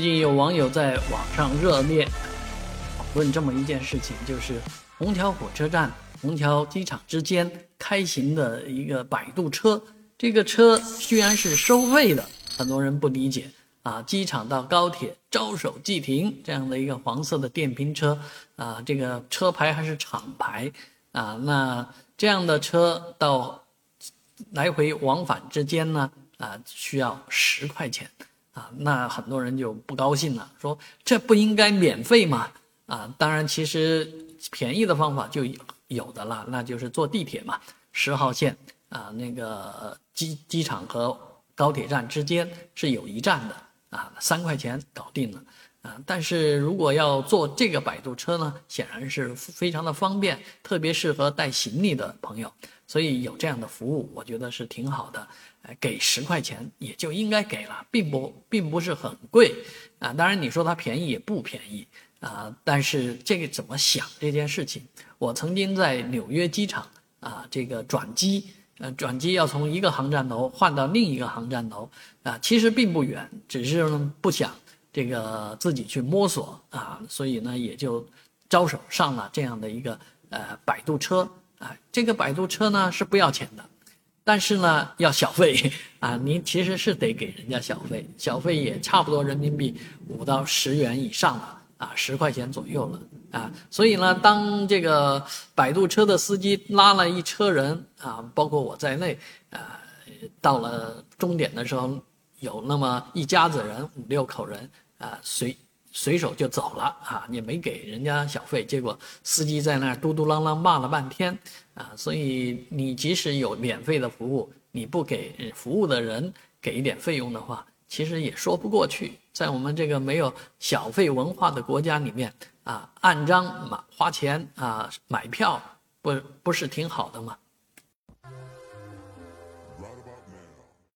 最近有网友在网上热烈讨论这么一件事情，就是虹桥火车站、虹桥机场之间开行的一个摆渡车。这个车居然是收费的，很多人不理解啊。机场到高铁招手即停这样的一个黄色的电瓶车啊，这个车牌还是厂牌啊。那这样的车到来回往返之间呢需要10块钱。那很多人就不高兴了，说这不应该免费吗？当然其实便宜的方法就有的了，那就是坐地铁嘛，10号线那个机场和高铁站之间是有一站的3块钱搞定了但是如果要坐这个摆渡车呢，显然是非常的方便，特别适合带行李的朋友，所以有这样的服务，我觉得是挺好的。给10块钱也就应该给了，并不是很贵当然你说它便宜也不便宜但是这个怎么想这件事情，我曾经在纽约机场这个转机要从一个航站楼换到另一个航站楼其实并不远，只是呢不想这个自己去摸索所以呢也就招手上了这样的一个摆渡车这个摆渡车呢是不要钱的，但是呢要小费您其实是得给人家小费也差不多人民币5到10元以上了10块钱左右了所以呢当这个摆渡车的司机拉了一车人包括我在内到了终点的时候，有那么一家子人5、6口人随手就走了也没给人家小费，结果司机在那儿嘟嘟囔囔骂了半天所以你即使有免费的服务，你不给服务的人给一点费用的话，其实也说不过去。在我们这个没有小费文化的国家里面按张花钱买票不是挺好的吗？